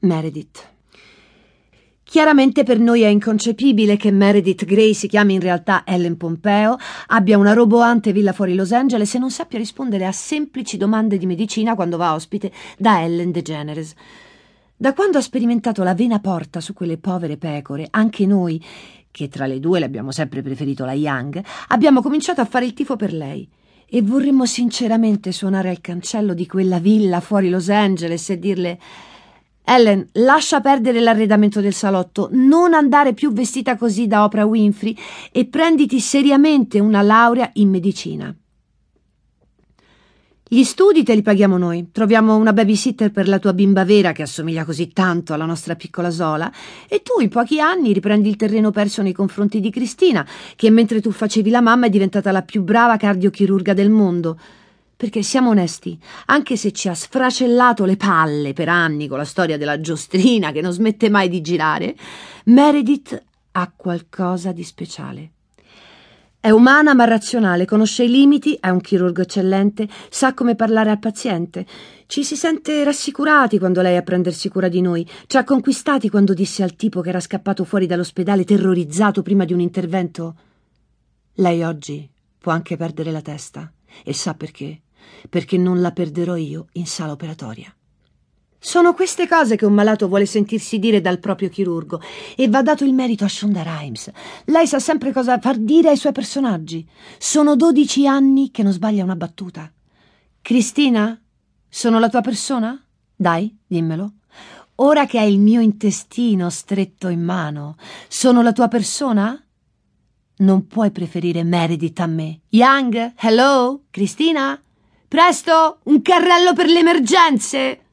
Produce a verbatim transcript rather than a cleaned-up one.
Meredith. Chiaramente per noi è inconcepibile che Meredith Grey si chiami in realtà Ellen Pompeo, abbia una roboante villa fuori Los Angeles e non sappia rispondere a semplici domande di medicina quando va ospite da Ellen DeGeneres. Da quando ha sperimentato la vena porta su quelle povere pecore, anche noi, che tra le due le abbiamo sempre preferito la Young, abbiamo cominciato a fare il tifo per lei. E vorremmo sinceramente suonare al cancello di quella villa fuori Los Angeles e dirle: Ellen, lascia perdere l'arredamento del salotto, non andare più vestita così da Oprah Winfrey e prenditi seriamente una laurea in medicina. Gli studi te li paghiamo noi, troviamo una babysitter per la tua bimba vera che assomiglia così tanto alla nostra piccola Zola e tu in pochi anni riprendi il terreno perso nei confronti di Cristina, che mentre tu facevi la mamma è diventata la più brava cardiochirurga del mondo. Perché siamo onesti, anche se ci ha sfracellato le palle per anni con la storia della giostrina che non smette mai di girare, Meredith ha qualcosa di speciale. È umana ma razionale, conosce i limiti, è un chirurgo eccellente, sa come parlare al paziente. Ci si sente rassicurati quando lei è a prendersi cura di noi. Ci ha conquistati quando disse al tipo che era scappato fuori dall'ospedale terrorizzato prima di un intervento: lei oggi può anche perdere la testa. E sa perché? Perché non la perderò io in sala operatoria. Sono queste cose che un malato vuole sentirsi dire dal proprio chirurgo, e va dato il merito a Shonda Rhimes. Lei sa sempre cosa far dire ai suoi personaggi. Sono dodici anni che non sbaglia una battuta. Cristina, sono la tua persona? Dai, dimmelo. Ora che hai il mio intestino stretto in mano, sono la tua persona? Non puoi preferire Meredith a me. Young, hello? Cristina? Presto, un carrello per le emergenze!